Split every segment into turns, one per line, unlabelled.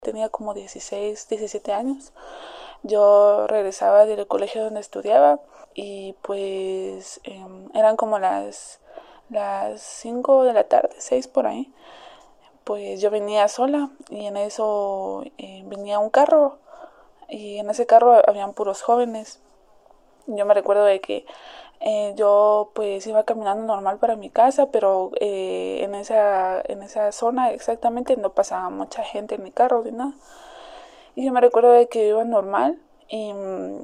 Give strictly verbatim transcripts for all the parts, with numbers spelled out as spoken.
Tenía como dieciséis, diecisiete años. Yo regresaba del colegio donde estudiaba y pues eh, eran como las, las cinco de la tarde, seis por ahí. Pues yo venía sola y en eso eh, venía un carro y en ese carro habían puros jóvenes. Yo me recuerdo de que eh, yo pues iba caminando normal para mi casa, pero eh, en esa en esa zona exactamente no pasaba mucha gente en mi carro ni nada. Y yo me recuerdo de que iba normal y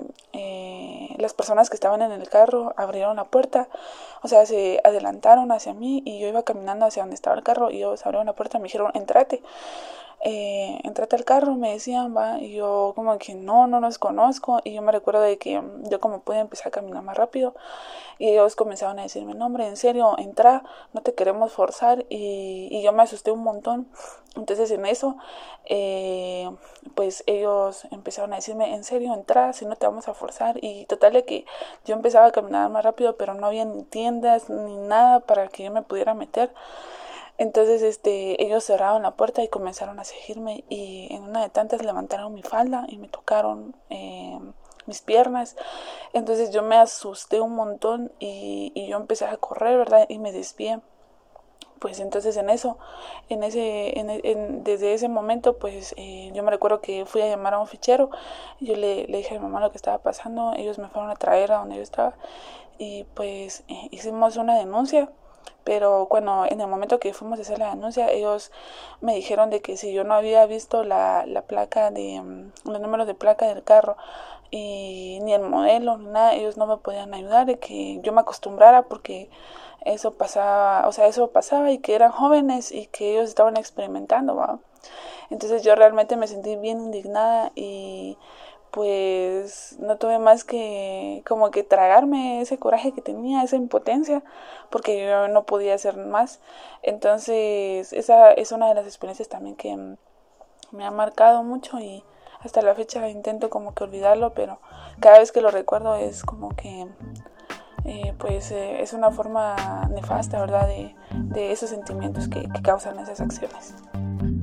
eh, las personas que estaban en el carro abrieron la puerta, o sea, se adelantaron hacia mí y yo iba caminando hacia donde estaba el carro y ellos abrieron la puerta y me dijeron, entrate. Eh, entrate al carro, me decían, va, y yo como que no, no los conozco, y yo me recuerdo de que yo como pude empezar a caminar más rápido, y ellos comenzaron a decirme, no hombre, en serio, entra, no te queremos forzar, y, y yo me asusté un montón. Entonces en eso, eh, pues ellos empezaron a decirme, en serio, entra, si no te vamos a forzar, y total de que yo empezaba a caminar más rápido, pero no había ni tiendas ni nada para que yo me pudiera meter. Entonces, este, ellos cerraron la puerta y comenzaron a seguirme y en una de tantas levantaron mi falda y me tocaron eh, mis piernas. Entonces yo me asusté un montón y, y yo empecé a correr, ¿verdad? Y me desvié. Pues entonces en eso, en ese, en, en, desde ese momento, pues eh, yo me recuerdo que fui a llamar a un fichero. Yo le, le dije a mi mamá lo que estaba pasando. Ellos me fueron a traer a donde yo estaba y pues eh, hicimos una denuncia. Pero cuando en el momento que fuimos a hacer la denuncia, ellos me dijeron de que si yo no había visto la, la placa de, um, los números de placa del carro y ni el modelo ni nada, ellos no me podían ayudar, de que yo me acostumbrara porque eso pasaba, o sea, eso pasaba y que eran jóvenes y que ellos estaban experimentando, ¿va? Entonces yo realmente me sentí bien indignada y pues no tuve más que como que tragarme ese coraje que tenía, esa impotencia, porque yo no podía hacer más. Entonces esa es una de las experiencias también que me ha marcado mucho y hasta la fecha intento como que olvidarlo, pero cada vez que lo recuerdo es como que eh, pues eh, es una forma nefasta, ¿verdad? De, de esos sentimientos que, que causan esas acciones.